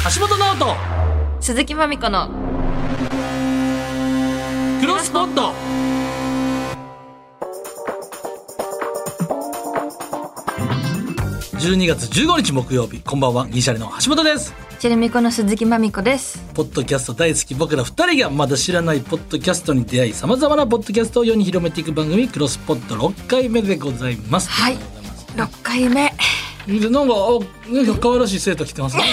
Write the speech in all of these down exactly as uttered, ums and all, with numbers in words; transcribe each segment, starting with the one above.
橋本直人鈴木まみこのクロスポット。じゅうにがつじゅうごにち木曜日、こんばんは、ギリシャリの橋本です。 チェルミコの鈴木まみこです。 ポッドキャスト大好き僕らふたりがまだ知らないポッドキャストに出会い、さまざまなポッドキャストを世に広めていく番組、クロスポットろっかいめでございます。 はい、ろっかいめで、なんかあなんか可愛らしいセーター着てますね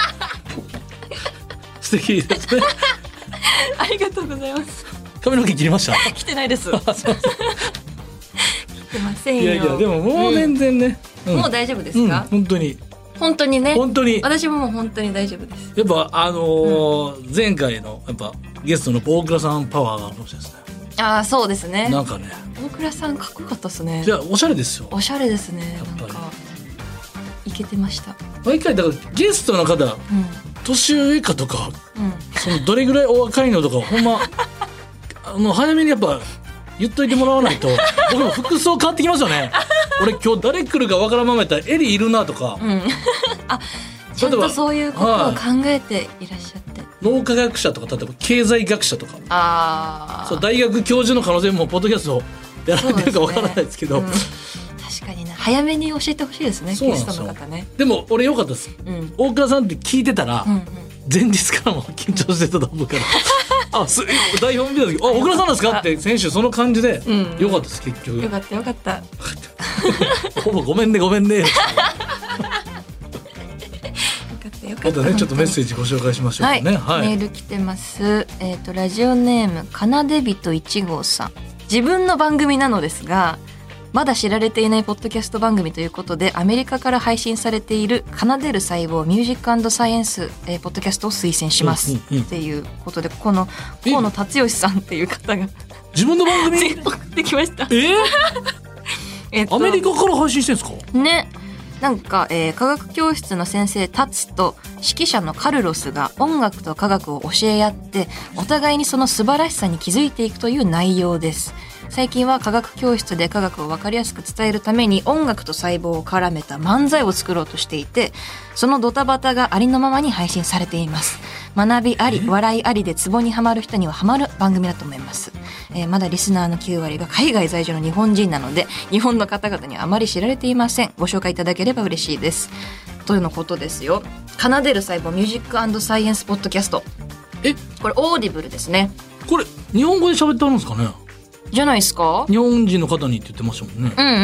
素敵ですねありがとうございます。 髪の毛切りました来てないですあそう来てませんよ。 いやいや、でももう全然ね、 うんうん、もう大丈夫ですか、 うん、本当に本当にね、 本当に私ももう本当に大丈夫です。 やっぱあのーうん、前回のやっぱゲストの大倉さんパワーがあるかもしれないですね。 ああ、そうですね。 なんかね、 大倉さんかっこよかったですね。 じゃあおしゃれですよ。 おしゃれですね。 やっぱりなんかイケてました。 毎回だからゲストの方、うん、年上かとか、うん、そのどれぐらいお若いのとかほんまあの早めにやっぱ言っといてもらわないと僕も服装変わってきますよね俺今日誰来るかわからんままやったらエリいるなとか、うん、 あ、ちゃんとそういうことを考えていらっしゃって、 脳科学者とか例えば経済学者とか、 あ、 そう大学教授の可能性もポッドキャストをやられてるかわからないですけど、 うん、確かにな、早めに教えてほしいですね、ゲストの方ね。 でも俺良かったです、うん、大倉さんって聞いてたら、うんうん、前日からも緊張してたと思うからあ、す台本見た時あ、大倉さんですかって先週その感じで、うん、よかったです。結局よかったよかったほぼごめんねごめんねよかったよかった。 あとね、ちょっとメッセージご紹介しましょうかね、 はいはい、メール来てます。えーと、ラジオネームかなでびといち号さん。自分の番組なのですがまだ知られていないポッドキャスト番組ということでアメリカから配信されている奏でる細胞ミュージック&サイエンス、えー、ポッドキャストを推薦します、うんうんうん、っていうことで、この河野達義さんっていう方が自分の番組送ってきました。 えーえっと、アメリカから配信してるんですかね。なんか、えー、科学教室の先生タツと指揮者のカルロスが音楽と科学を教え合ってお互いにその素晴らしさに気づいていくという内容です。最近は科学教室で科学を分かりやすく伝えるために音楽と細胞を絡めた漫才を作ろうとしていて、そのドタバタがありのままに配信されています。学びあり笑いありでツボにはまる人にはハマる番組だと思います、えー、まだリスナーのきゅうわりが海外在住の日本人なので日本の方々にはあまり知られていません。ご紹介いただければ嬉しいですというのことですよ。奏でる細胞ミュージック&サイエンスポッドキャスト。 え、 これオーディブルですね。 これ日本語で喋ってあるんですかね。 じゃないですか。 日本人の方にって言ってましたもんね。 うんうんうんうん。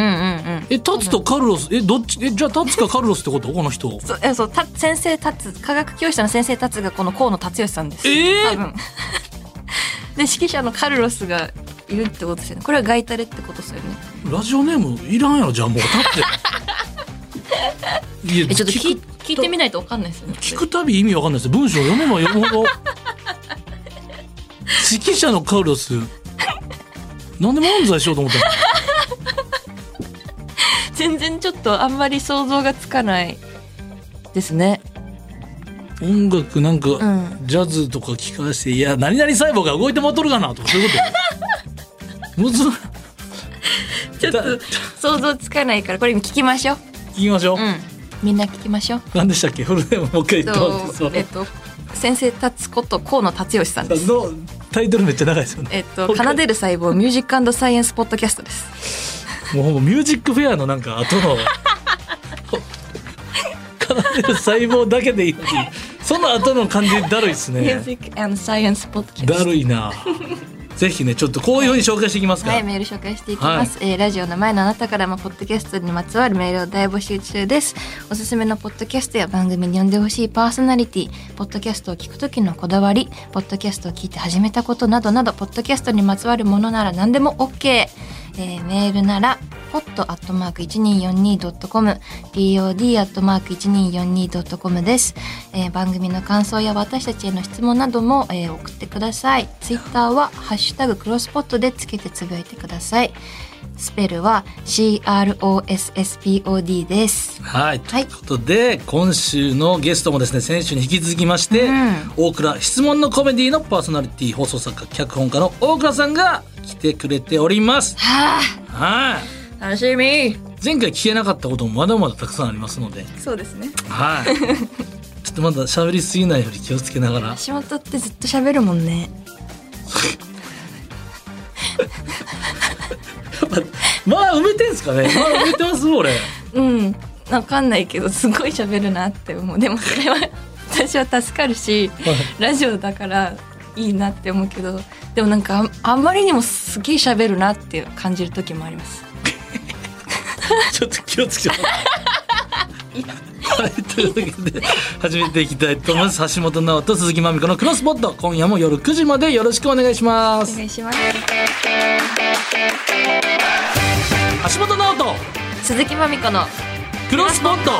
え、タツとカルロス、え、どっち、え、じゃあタツかカルロスってことこの人。 そう、え、そう、た先生タツ、科学教室の先生タツがこの河野達義さんです。 えー、 多分で指揮者のカルロスがいるってことですよね。これはガイタレってことですよね。 ラジオネームいらんやろじゃあもう立っていや、 え、ちょっと聞い、聞いてみないと分かんないですよね。 聞くたび意味わかんないですよ。文章読めば読むほど指揮者のカルロスなんで漫才しようと思ったの全然ちょっとあんまり想像がつかないですね。 音楽なんか、うん、ジャズとか聞かせて、いや何々細胞が動いてもっとるかなとかそういうことむずちょっと想像つかないからこれ聞きましょう。 聞きましょう、うん、 みんな聞きましょう。 何でしたっけフルネームもう一回言ってもらって。 えっと先生たつこと河野達義さんです。 のタイトルめっちゃ長いですよね。 えっと奏でる細胞ミュージック&サイエンスポッドキャストです。 もうほぼミュージックフェアのなんか後の奏でる細胞だけでいいのにその後の感じだるいですね。 ミュージック&サイエンスポッドキャストだるいなぜひねちょっとこういうふうに紹介していきますから、 はい、メール紹介していきます、はい。えー、ラジオの前のあなたからもポッドキャストにまつわるメールを大募集中です。おすすめのポッドキャストや番組に呼んでほしいパーソナリティ、ポッドキャストを聞くときのこだわり、ポッドキャストを聞いて始めたことなどなど、ポッドキャストにまつわるものなら何でも OK。えー、メールなら ポッド アットマーク いちにーよんにー ドットコム ポッド アットマーク いちにーよんにー ドットコム です、えー、番組の感想や私たちへの質問なども、えー、送ってください。ツイッターはハッシュタグクロスポットでつけてつぶやいてください。スペルは シーアールオーエスエスピーオーディー です。 はい、ということで今週のゲストもですね先週に引き続きまして、うん、大倉質問のコメディのパーソナリティ放送作家脚本家の大倉さんが来てくれております。 はあ、はい、 楽しみ。 前回聞けなかったこともまだまだたくさんありますので。 そうですね。 はいちょっちょっとまだ喋りすぎないように気をつけながら。 橋本ってずっと喋るもんね。 まあ埋めてんすかね。まあ埋めてます俺。 うん、わかんないけどすごい喋るなって思う。でもそれは私は助かるし、ラジオだからいいなって思うけど、でもなんか あ, あんまりにもすげえ喋るなって感じる時もあります。 ちょっと気をつけて。はい、というわけで始めていきたいと思います。橋本直人、鈴木まみこのクロスポット、今夜も夜くじまでよろしくお願いします。 お願いします。 橋本直人、 鈴木まみこのクロスポット。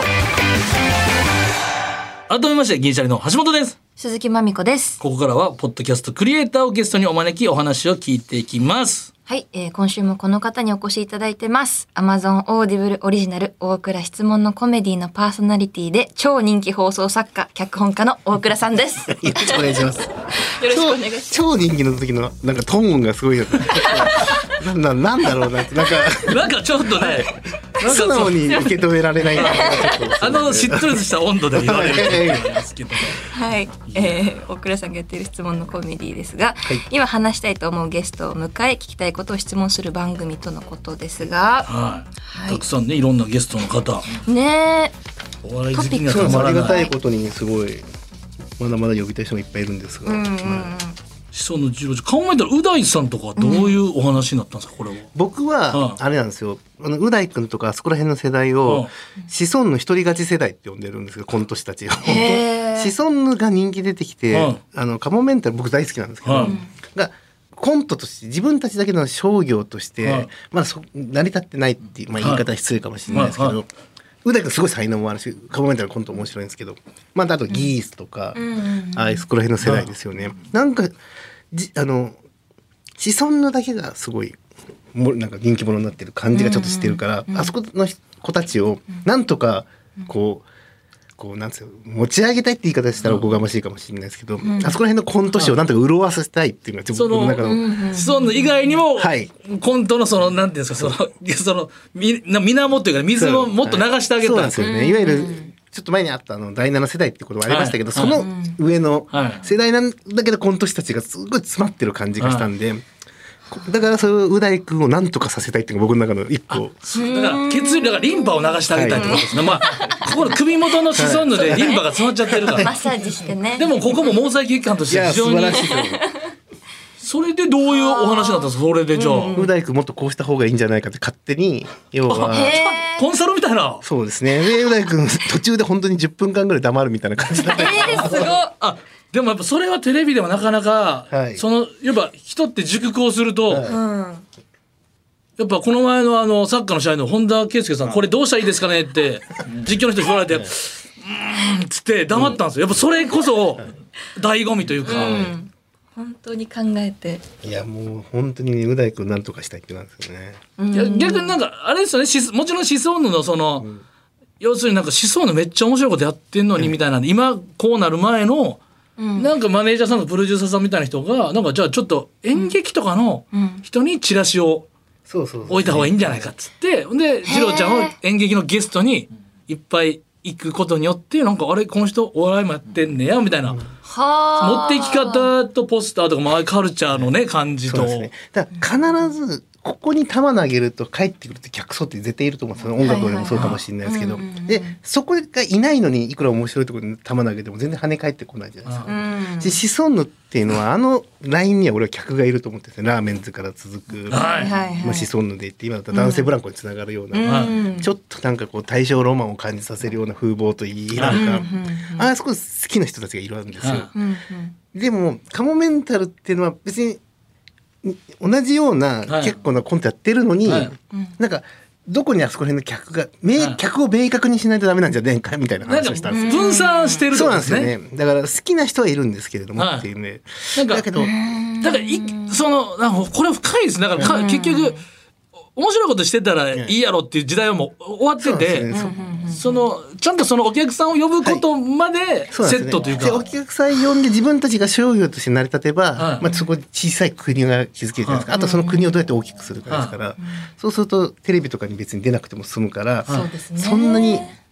改めまして銀シャリの橋本です。 鈴木まみこです。 ここからはポッドキャストクリエイターをゲストにお招きお話を聞いていきます。 はい、えー、今週もこの方にお越しいただいてます。Amazon Audible オリジナル大倉質問のコメディのパーソナリティで超人気放送作家脚本家の大倉さんです。 よろしくお願いします。よろしくお願いします。 超人気の時のなんかトーンがすごいよね。なんだなんだろうなってなんかなんかちょっとね、 素直に受け止められないな。 あのしっとりとした温度で言われるんですけど。 はい、えー、大倉さんがやっている質問のコメディですが、はい、今話したいと思うゲストを迎え聞きたいことを質問する番組とのことですが、 はいはい、たくさんねいろんなゲストの方ねえ、お笑い好きにはたまらない。 ありがたいことにすごいまだまだ呼びたい人もいっぱいいるんですが、うんうんうん、 子孫の次郎考えたらう大さんとかどういうお話になったんですか、これは。 僕はあれなんですよ、あのう大くんとかあそこら辺の世代を子孫の一人勝ち世代って呼んでるんですけど、コント師たちを子孫が人気出てきて、あのカモメンタル僕大好きなんですけど、がコントとして自分たちだけの商業としてまだそ成り立ってないっていう、まあ、言い方は失礼かもしれないですけど、う大くんすごい才能もあるしカモメンタルコント面白いんですけど、まあ、あとギースとか、うん、ああそこら辺の世代ですよね。なんかじあの子孫のだけがすごいもなんか人気者になってる感じがちょっとしてるから、うんうん、あそこの子たちをなんとかこう、こうなんつうの持ち上げたいって言い方したらおこがましいかもしれないですけど、うん、あそこら辺のコント師をなんとか潤わせたいっていうのが自分の中の、 子孫の以外にも、 はい、 コントのそのなんていうんですか、そのそのみ水面というか水をもっと流してあげたい。 そうなんですよね。いわゆるちょっと前にあったあのだいなな世代ってことがありましたけど、はい、その上の世代なんだけどコント師たちがすごい詰まってる感じがしたんで、はい、だからそういうう大くんをなんとかさせたいっていうのが僕の中の一個。 だから血流だからリンパを流してあげたいってことですね、はい、まあここの首元の子孫でリンパが詰まっちゃってるからマッサージしてね。 でもここも毛細血管として非常にそれでどういうお話だったんですか。それでじゃあう大くんもっとこうした方がいいんじゃないかって勝手に要はコンサルみたいな。 そうですね。でう大くん途中で本当にじゅっぷんかんぐらい黙るみたいな感じだった。 えー、すごい。 あでもやっぱそれはテレビでもなかなか、はい、そのやっぱ人って熟考すると、はい、やっぱこの前のあのサッカーの試合の本田圭佑さん、はい、これどうしたらいいですかねって実況の人に言われて、はい、うーんっつって黙ったんですよ。やっぱそれこそ醍醐味というか、うん、 本当に考えて。 いやもう本当にう大くんなんとかしたいってなんですよね。 いや逆になんかあれですよね、もちろん子孫のその、うん、要するになんか子孫のめっちゃ面白いことやってんのにみたいなんで、今こうなる前のうん、なんかマネージャーさんとプロデューサーさんみたいな人がなんかじゃあちょっと演劇とかの人にチラシを置いた方がいいんじゃないかっつって、で次郎ちゃんを演劇のゲストにいっぱい行くことによってなんかあれこの人お笑いもやってんねやみたいな、うん、持っていき方とポスターとかもカルチャーのね感じと、そうですね、 だから必ずここに球投げると帰ってくるって客層って絶対いると思うんですよ。音楽でもそうかもしれないですけど、でそこがいないのにいくら面白いところに球投げても全然跳ね返ってこないじゃないですか。うん、でシソンヌっていうのはあのラインには俺は客がいると思ってですね。ラーメンズから続く、はいまあ、シソンヌで言って今だったら男性ブランコにつながるような、うん、ちょっとなんかこう大正ロマンを感じさせるような風貌といいなんか、うん、あそこ好きな人たちがいるんですよ。うん、でもカモメンタルっていうのは別に同じような結構なコントやってるのに、はい、なんかどこにあそこら辺の客が、はい、客を明確にしないとダメなんじゃねえかみたいな話をしたんですよ。 分散してると、ね、 そうなんですよね。だから好きな人はいるんですけれども、はい、っていうね。 なんかだけどだからいそのなんかこれは深いです。だから結局面白いことしてたらいいやろっていう時代はもう終わってて、そのちゃんとそのお客さんを呼ぶことまでセットというか、はい、 うね、お客さん呼んで自分たちが商業として成り立てば、はい、まあ、そこで小さい国が築けるじゃないですか、はい、あとその国をどうやって大きくするかですから、はい、そうするとテレビとかに別に出なくても済むから、はい、そんなに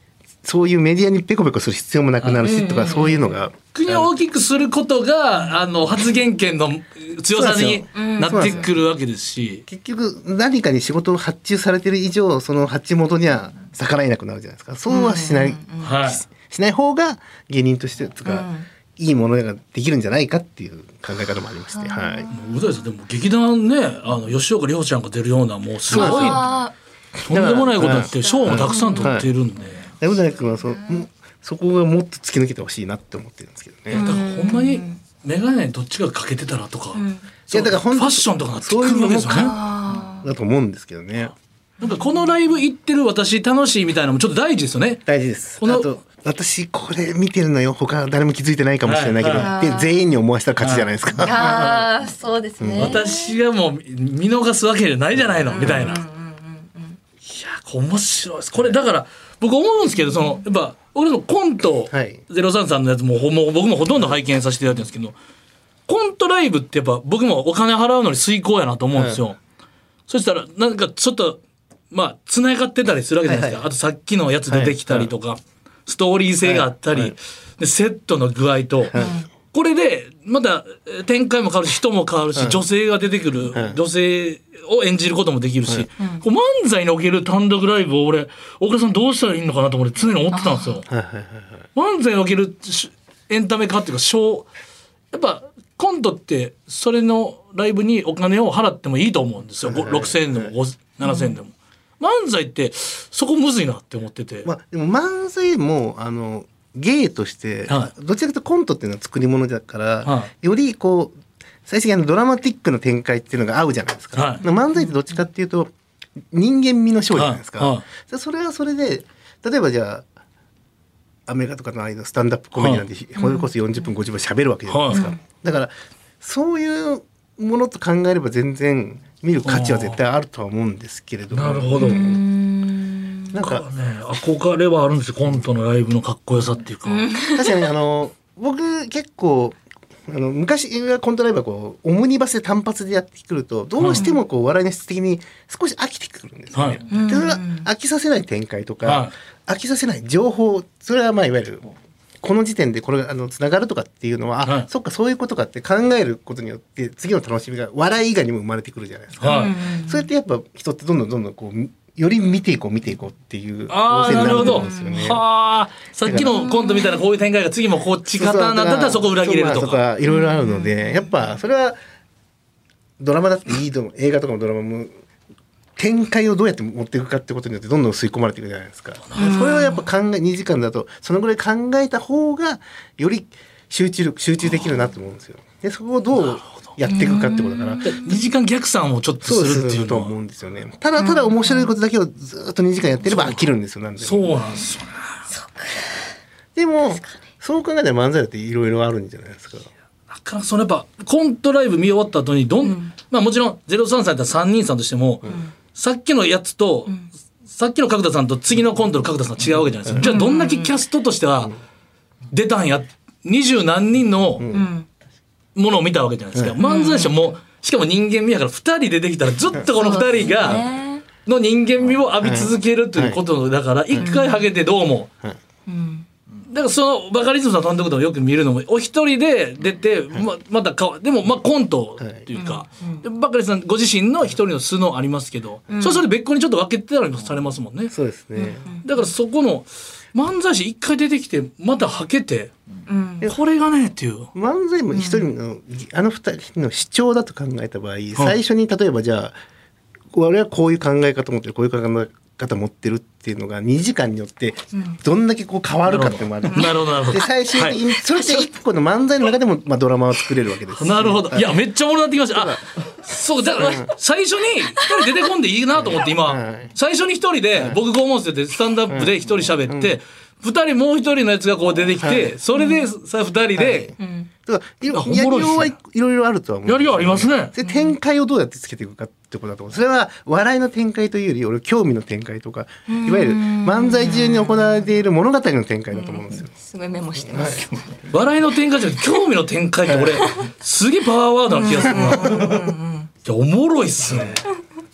そういうメディアにペコペコする必要もなくなるしとか、そういうのが国を大きくすることがあの発言権の強さになってくるわけですし、 結局何かに仕事を発注されてる以上その発注元には逆らえなくなるじゃないですか。そうはしない、 はい、 し, しない方が芸人としてとか、いいものができるんじゃないかっていう考え方もありまして、はい。 もうう大さんでも劇団ね、あの吉岡里帆ちゃんが出るようなもうすごいとんでもないことって賞もたくさん取ってるんで、 う大君は そ, そこがもっと突き抜けてほしいなって思ってるんですけどね。 だからほんまにメガネどっちがかけてたらとか、うん、いやだからファッションとかなってくるわけですよね。 だと思うんですけどね。 なんかこのライブ行ってる私楽しいみたいなのもちょっと大事ですよね。 大事です。このあと私これ見てるのよ、他誰も気づいてないかもしれないけど、はいはい、で全員に思わせたら勝ちじゃないですか。 ああそうですね、 うん、私がもう見逃すわけじゃないじゃないのみたいな。いや面白いです。これだから僕思うんですけど、そのやっぱ俺のコント、はい、ゼロさんさんのやつももう僕もほとんど拝見させていただいてるんですけど、コントライブってやっぱ僕もお金払うのに遂行やなと思うんですよ、はい、そしたらなんかちょっとまあつながってたりするわけじゃないですか、はいはい、あとさっきのやつ出てきたりとか、はいはい、ストーリー性があったり、はいはい、でセットの具合と、はい、これでまた展開も変わるし人も変わるし、はい、女性が出てくる、はい、女性を演じることもできるし、はい、こう漫才における単独ライブを俺大倉さんどうしたらいいのかなと思って常に思ってたんですよ。はいはいはいはい、漫才におけるエンタメ化っていうかショー、やっぱコントってそれのライブにお金を払ってもいいと思うんですよ、はいはいはい、ろくせんえんでもななせんえんでも、うん、漫才ってそこむずいなって思ってて、 まあ、でも漫才もあの芸として、はい、どちらかというとコントっていうのは作り物だから、はい、よりこう最終的にドラマティックな展開っていうのが合うじゃないですか、はい、漫才ってどっちかっていうと人間味のショーじゃないですか、はいはい、それはそれで例えばじゃあアメリカとかの間スタンダップコメディなんで、はい、それこそよんじゅっぷんごじゅっぷん喋るわけじゃないですか、はい、だからそういうものと考えれば全然見る価値は絶対あるとは思うんですけれども。 なるほど。なんかね憧れはあるんですよ、コントのライブのかっこよさっていうか。 確かにあの僕結構あの昔はコントライブはこうオムニバスで単発でやってくるとどうしてもこう笑いの質的に少し飽きてくるんですよね、はい、でそれは飽きさせない展開とか、はい、飽きさせない情報、それはまあいわゆるこの時点でこれがあのつながるとかっていうのは、はい、そっかそういうことかって考えることによって次の楽しみが笑い以外にも生まれてくるじゃないですか、はい、そうやってやっぱ人ってどんどんどんどんこうより見ていこう見ていこうっていう構成になると思うんですよね。はあ、さっきのコントみたいなこういう展開が次もこっち方になったらそこ裏切れるとかいろいろあるので、やっぱそれはドラマだっていいと映画とかのドラマも展開をどうやって持っていくかってことによってどんどん吸い込まれていくじゃないですか。それはやっぱ考えにじかんだとそのぐらい考えた方がより集中力集中できるなと思うんですよ。でそこをどうやっていくかってことだからにじかん逆算をちょっとするっていうと思うんですよね。ただただ面白いことだけをずっとにじかんやってれば飽きるんですよ。なんでそうなんですよね。 でもそう考えたら漫才だっていろいろあるんじゃないですか。 だからそのやっぱコントライブ見終わった後にどん、うん、まあもちろんゼロさんさんやったらさんにんさんとしても、うん、さっきのやつと、うん、さっきの角田さんと次のコントの角田さん違うわけじゃないですか、うん、じゃあどんだけキャストとしては出たんや二十何人のものを見たわけじゃないですか、うん、漫才師はもうしかも人間味やからふたり出てきたらずっとこのふたりがの人間味を浴び続けるということだから一回ハゲてどうも、うんだからそのバカリズムさんの単独でもよく見るのもお一人で出て、はい、ま, またかでもまあコントっていうか、はいうん、バカリズムさんご自身の一人の素のありますけど、うん、それそれ別個にちょっと分けてたりもされますもんね、 うん、そうですね、 だからそこの漫才師一回出てきてまたはけて、うん、これがねっていう漫才も一人の、うん、あの二人の主張だと考えた場合、うん、最初に例えばじゃあ俺はこういう考え方持ってるこういう考え方持ってるっていうのがにじかんによってどんだけこう変わるかっていうのもある、 うん、なるほどなるほど。 で最終的にそれって一個の漫才の中でもまあドラマを作れるわけです、ね、 なるほど。いやめっちゃおもろなってきました。あそうだから最初に一人出てこんでいいなと思って今、はい、最初に一人で僕拷問しててスタンドアップで一人喋って、二人もう一人のやつがこう出てきて、はい、それでさ二人で、はいうんだからやりようはいろいろあるとは思う。 やりようありますね。 で展開をどうやってつけていくかってことだと思う。それは笑いの展開というより俺興味の展開とかいわゆる漫才中に行われている物語の展開だと思うんですよ。 すごいメモしてます、 はい、笑いの展開じゃなくて興味の展開って俺すげえパワーワードな気がするな。いやおもろいっすね。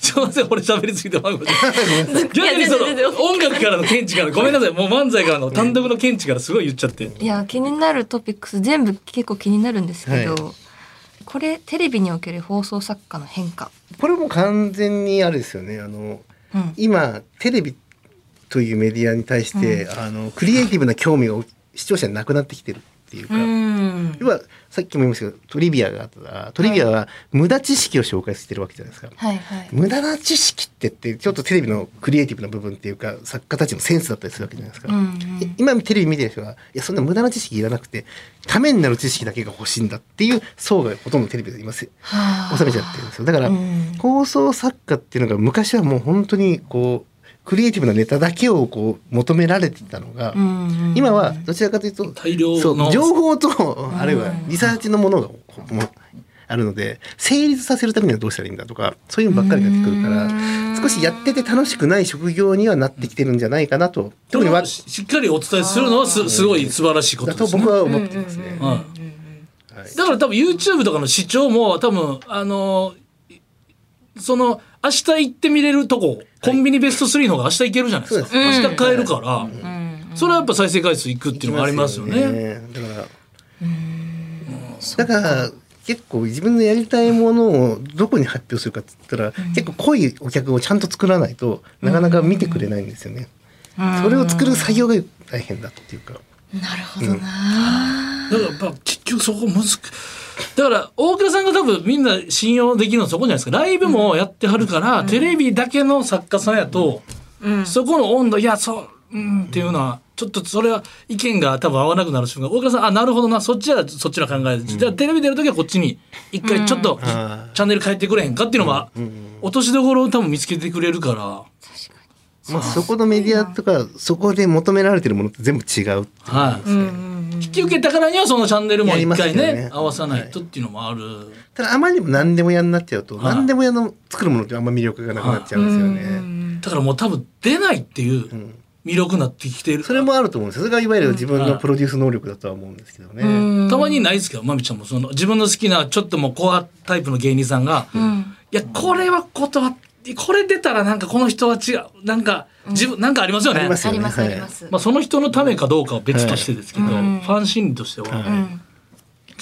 すいません俺喋りすぎてまいりました逆にその音楽からの見地からごめんなさいもう漫才からの単独の見地からすごい言っちゃって。 いや気になるトピックス全部結構気になるんですけど、 はい、 これテレビにおける放送作家の変化、 これも完全にあれですよね。あの、うん、今テレビというメディアに対して、うん、あのクリエイティブな興味が視聴者になくなってきてるっていうか、うん、要はさっきも言いましたけどトリビアがあったトリビアは無駄知識を紹介してるわけじゃないですか、はいはい、無駄な知識ってってちょっとテレビのクリエイティブな部分っていうか作家たちのセンスだったりするわけじゃないですか、うんうん、今テレビ見てる人はいやそんな無駄な知識いらなくてためになる知識だけが欲しいんだっていう層がほとんどテレビでいます収めちゃってるんですよ。だから、うん、放送作家っていうのが昔はもう本当にこうクリエイティブなネタだけをこう求められてたのが、うんうん、今はどちらかというと大量のそう情報とあるいはリサーチのものがあるので成立させるためにはどうしたらいいんだとかそういうのばっかりになってくるから少しやってて楽しくない職業にはなってきてるんじゃないかなと特にしっかりお伝えするのは す, すごい素晴らしいことですね。 だと僕は思ってますね、はい、 だから多分 YouTube とかの視聴も多分あのその明日行ってみれるとこコンビニベストスリーの方が明日行けるじゃないですか、はい、明日買えるから、うん、それはやっぱ再生回数いくっていうのがありますよね。 よねだからうんだから結構自分のやりたいものをどこに発表するかって言ったら、うん、結構濃いお客をちゃんと作らないとなかなか見てくれないんですよね、うん、それを作る作業が大変だっていうか。 なるほどな、うん、だからやっぱ結局そこ難しい。だから大倉さんが多分みんな信用できるのはそこじゃないですか。ライブもやってはるから、うん、テレビだけの作家さんやと、うん、そこの温度いやそう、うん、っていうのはちょっとそれは意見が多分合わなくなる瞬間大倉さんあなるほどなそっちはそっちの考えで、うん、じゃあテレビ出るときはこっちに一回ちょっと、うん、チャンネル変えてくれへんかっていうのは、うん、落としどころを多分見つけてくれるから。 まあ、そこのメディアとかそこで求められてるものって全部違うって、 はい、引き受けたからにはそのチャンネルも一回 ね, ね合わさないとっていうのもある、はい、 ただあまりにも何でもやになっちゃうと、はい、何でもやの作るものってあんま魅力がなくなっちゃうんですよね、はい、 だからもう多分出ないっていう魅力になってきてる、 それもあると思うんですよ。それがいわゆる自分のプロデュース能力だとは思うんですけどね、うん、 たまにないですけどまみちゃんもその自分の好きなちょっともうコアタイプの芸人さんが、うん、いやこれは断ってこれ出たらなんかこの人は違うなんか自分、うん、なんかありますよね。 ありますよね。 ありますあります。 まあその人のためかどうかは別としてですけど、はい、ファン心理としては、はい、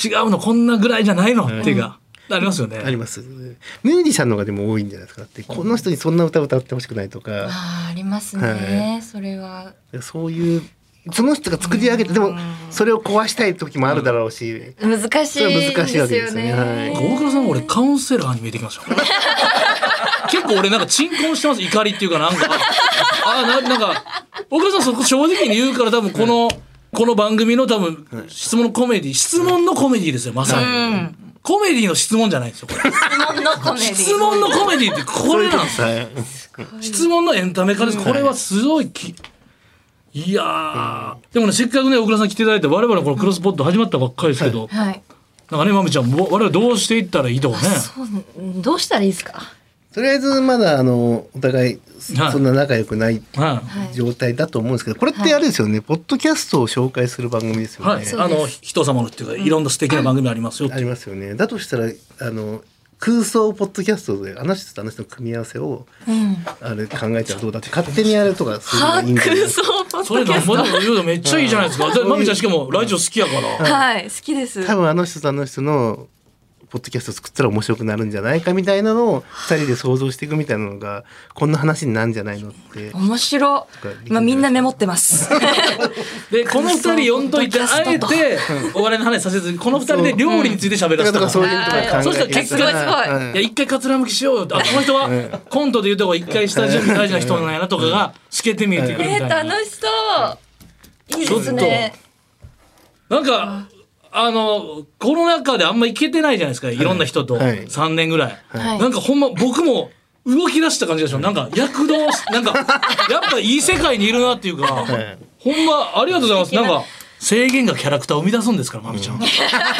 違うのこんなぐらいじゃないの、はい、っていうかありますよね。 あります。ミュージシャンの方がでも多いんじゃないですか。ってこの人にそんな歌を歌ってほしくないとか。 あありますね、はい。それはそういうその人が作り上げてでもそれを壊したい時もあるだろうし、 うん、難しいですよね。 はい、大倉さん俺カウンセラーに見えてきました。結構俺なんか鎮魂してます。怒りっていうかなんかあななんか大倉さんそこ正直に言うから多分この、はい、この番組の多分質問のコメディ質問のコメディですよまさに、うん、コメディの質問じゃないですよこれ。 質問のコメディ質問のコメディってこれなんですよ。質問のエンタメ化です。これはすごいきいやー、うん、でもねせっかくね大倉さん来ていただいて我々このクロスポット始まったばっかりですけど、はいはい、なんかねまみちゃん我々どうしていったらいいとかね。 そうどうしたらいいですか。 とりあえずまだあのお互いそんな仲良くない状態だと思うんですけどこれってあれですよね、はい、ポッドキャストを紹介する番組ですよね、はい、 あの人様のっていうかいろんな素敵な番組ありますよ、うん、 ありますよね。だとしたらあの空想ポッドキャストであの人とあの人の組み合わせを、うん、あれ考えたらどうだって勝手にやるとかそういうのがいいんじゃないですか。 空想ポッドキャストそれ言うのめっちゃいいじゃないですか。まみちゃんしかもラジオ好きやから、 はい、はい、好きです。 多分あの人とあの人のポッドキャスト作ったら面白くなるんじゃないかみたいなのをふたりで想像していくみたいなのがこんな話になるんじゃないのって面白い。今みんなメモってますでこのふたり呼んどいてあえてお笑いの話させずにこのふたりで料理について喋らせたら、 そういうとかそしたら結果いや一回かつらむきしようよあこの人はコントで言うとこ一回下準備大事な人なんやなとかが透けて見えてくるみたいな。 えー、楽しそういいですね。 なんかあのコロナ禍であんま行けてないじゃないですか、はい、いろんな人とさんねんぐらい、はい、なんかほんま僕も動き出した感じでしょ。なんか躍動なんかやっぱいい世界にいるなっていうか、はい、ほんまありがとうございます。なんか制限がキャラクターを生み出すんですからまみちゃん、うん、本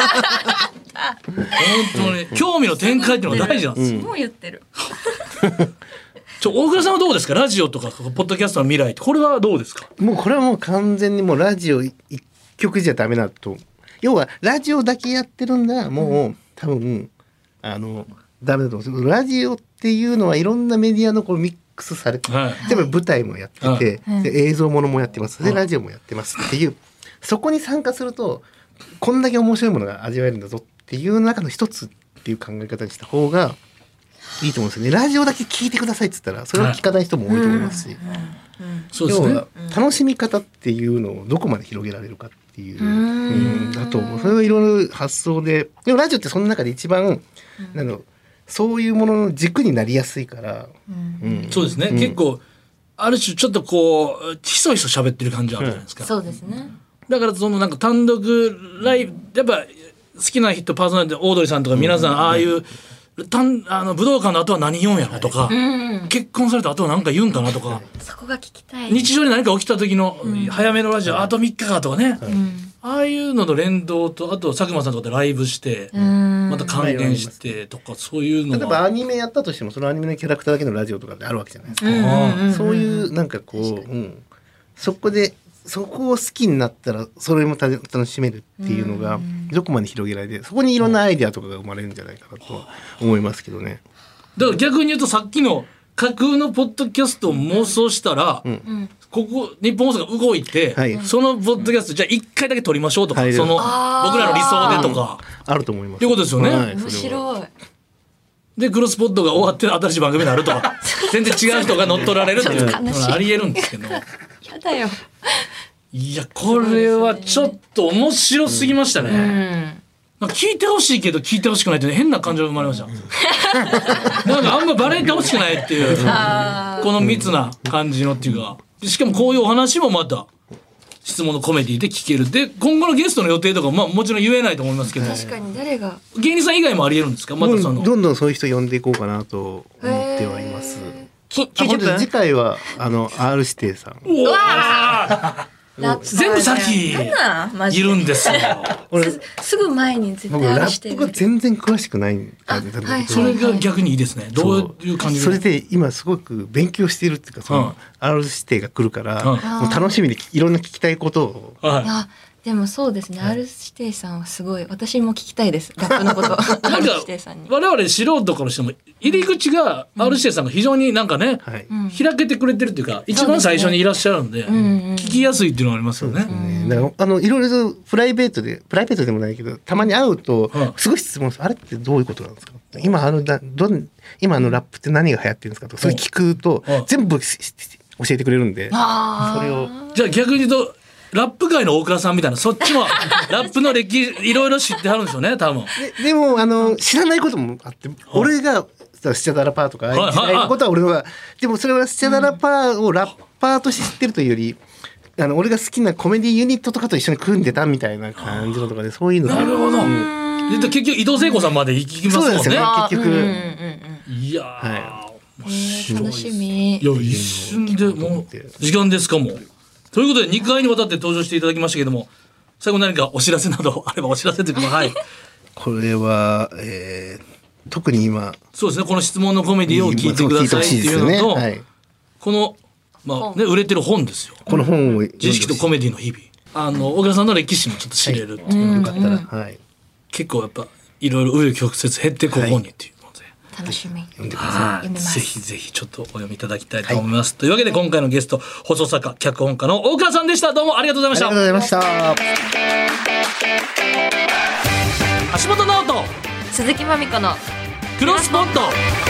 当に興味の展開っていうのが大事なんですよ。 もう言ってるちょ大倉さんはどうですか。ラジオとかポッドキャストの未来ってこれはどうですか。 もうこれはもう完全にもうラジオ一曲じゃダメだと。要はラジオだけやってるんだもう、うん、多分あのダメだと思うんですけどラジオっていうのはいろんなメディアのこうミックスされて、 はい、 例えば舞台もやってて、 はい、 で映像ものもやってますでラジオもやってますっていう、そこに参加するとこんだけ面白いものが味わえるんだぞっていう中の一つっていう考え方にした方がいいと思うんですよね。ラジオだけ聞いてくださいっつったらそれを聞かない人も多いと思いますし、 そうですね、 楽しみ方っていうのをどこまで広げられるかっていう、うんだと思う。それはいろいろ発想で、でもラジオってその中で一番、うん、あのそういうものの軸になりやすいから、 うんうん、そうですね、うん、結構ある種ちょっとこうひそひそ喋ってる感じあるじゃないですか、 うん、そうですね。 だからそのなんか単独ライブやっぱ好きな人パーソナリティオードリーさんとか皆さん、うん、ああいう単あの武道館の後は何言うんやろとか、はい、結婚された後は何か言うんかなとか、 そこが聞きたい。 日常に何か起きた時の早めのラジオ、うん、あとみっかかとかね、 はい、 ああいうのの連動と、あと佐久間さんとかでライブしてまた関連してとか、そういうのは例えばアニメやったとしてもそのアニメのキャラクターだけのラジオとかってあるわけじゃないですか、うん、そういうなんかこう、うん、そこでそこを好きになったらそれも楽しめるっていうのがどこまで広げられて、そこにいろんなアイデアとかが生まれるんじゃないかなと思いますけどね。 だから逆に言うとさっきの架空のポッドキャストを妄想したら、うん、ここ日本放送が動いて、はい、そのポッドキャストじゃあ一回だけ撮りましょうとか、その僕らの理想でとかあると思います。 ということですよね、 はい、 面白い。 でクロスポッドが終わって新しい番組になるとか全然違う人が乗っ取られるっていうのありえるんですけどやだよ。 いやこれはちょっと面白すぎましたね、うん、なんか聞いてほしいけど聞いてほしくないって変な感情が生まれました、うん、なんかあんまバレてほしくないっていうこの密な感じのっていうか、しかもこういうお話もまた質問のコメディで聞ける。で今後のゲストの予定とか、まあ、もちろん言えないと思いますけど、 確かに誰が芸人さん以外もありえるんですか。またそのどんどんそういう人呼んでいこうかなと思ってはいます。 ききゅうじゅっぷん次回はあの R 指定さん。 うわ全部先いるんですよ。 俺すぐ前に絶対ラップが全然詳しくない感じだったけど、 それが逆にいいですね。どういう感じで。 それで今すごく勉強しているっていうか、その R 指定が来るから、もう楽しみにいろんな聞きたいことを。 でもそうですね、はい、R 指定さんはすごい私も聞きたいですラップのことなんか我々素人からしても入り口が R 指定さんが非常になんかね、うん、開けてくれてるっていうか、一番最初にいらっしゃるんで、うん、聞きやすいっていうのがありますよね。 だからあのいろいろとプライベートでプライベートでもないけどたまに会うとすごい質問する、あれってどういうことなんですか、今あのだどん今あのラップって何が流行ってるんですかとか、それ聞くと全部教えてくれるんで、それをじゃあ逆に言うとラップ界の大倉さんみたいな、そっちもラップの歴いろいろ知ってはるんですよね多分。 で, でもあの知らないこともあって、俺がスチャダラパーとか時代のことは俺は、でもそれはスチャダラパーをラッパーとして知ってるというより、あの俺が好きなコメディユニットとかと一緒に組んでたみたいな感じのとかで、そういうのなるほど、うん、結局伊藤聖子さんまで行きますもんね。 そうですね結局、うんうんうんうん、いやー、 はい、えー、楽しみ。 いや一瞬でもう時間ですかも。ということでにかいにわたって登場していただきましたけども、最後何かお知らせなどあればお知らせというか、はい、 これは、えー、特に今そうですね、この質問のコメディを聞いてくださいっていうのと、ね、はい、この、まあね、売れてる本ですよ、 この本を知識とコメディの日々、あの小倉さんの歴史もちょっと知れるっていう、 はい、よかったら、はい、 結構やっぱいろいろ紆余曲折減ってここにっていう、 楽しみ。 読んでください。 ぜひぜひちょっとお読みいただきたいと思います、はい、というわけで今回のゲスト放送作家脚本家の大倉さんでした。どうもありがとうございました。 ありがとうございました。橋本直人鈴木まみこのクロスポット。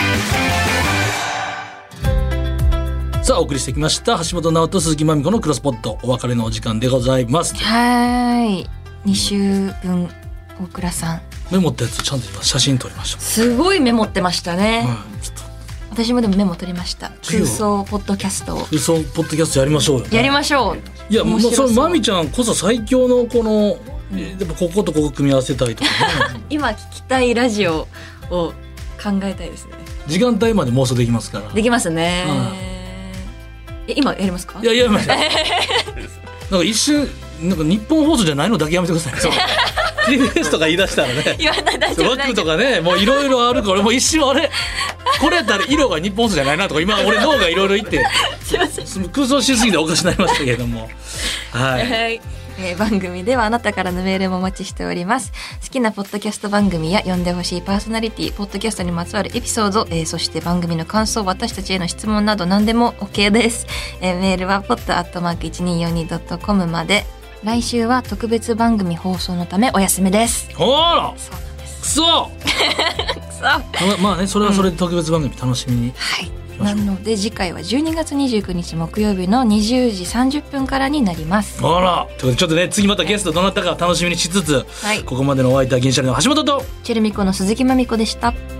さあお送りしてきました橋本直人鈴木まみこのクロスポット、お別れのお時間でございます。 はいに週分大倉さんメモったやつちゃんと今写真撮りました。 すごいメモってましたね、 はい、ちょっと私もでもメモ取りました。空想ポッドキャストを空想ポッドキャストやりましょうよ、ね、 やりましょう。 いやもうそのまみちゃんこそ最強のこの、うん、やっぱこことここ組み合わせたいとか、ね、 今聞きたいラジオを考えたいですね。 時間帯まで妄想できますから。 できますね、うん、え今やりますか。 いややりましたなんか一瞬なんか日本放送じゃないのだけやめてくださいねティービーエス とか言い出したらね、 言わない大丈夫枠とかね、もういろいろあるから、もう一瞬あれこれやったら色が日本放送じゃないなとか今俺脳がいろいろ言ってすいません空想しすぎておかしくなりましたけれども、はい、 はい、 えー、番組ではあなたからのメールもお待ちしております。好きなポッドキャスト番組や呼んでほしいパーソナリティ、ポッドキャストにまつわるエピソード、えー、そして番組の感想、私たちへの質問など何でも OK です。えー、メールは ポッドアットマークいちにーよんにードットコム まで。来週は特別番組放送のためお休みです。 ほらそうなんです。 くそくそままあね、それはそれで特別番組楽しみに、うん、 はいなので次回はじゅうにがつにじゅうくにち木曜日のにじゅうじさんじゅっぷんからになります。 あらということでちょっとね次またゲストどなたか楽しみにしつつ、はい、ここまでのお相手は銀シャリの橋本とチェルミコの鈴木まみこでした。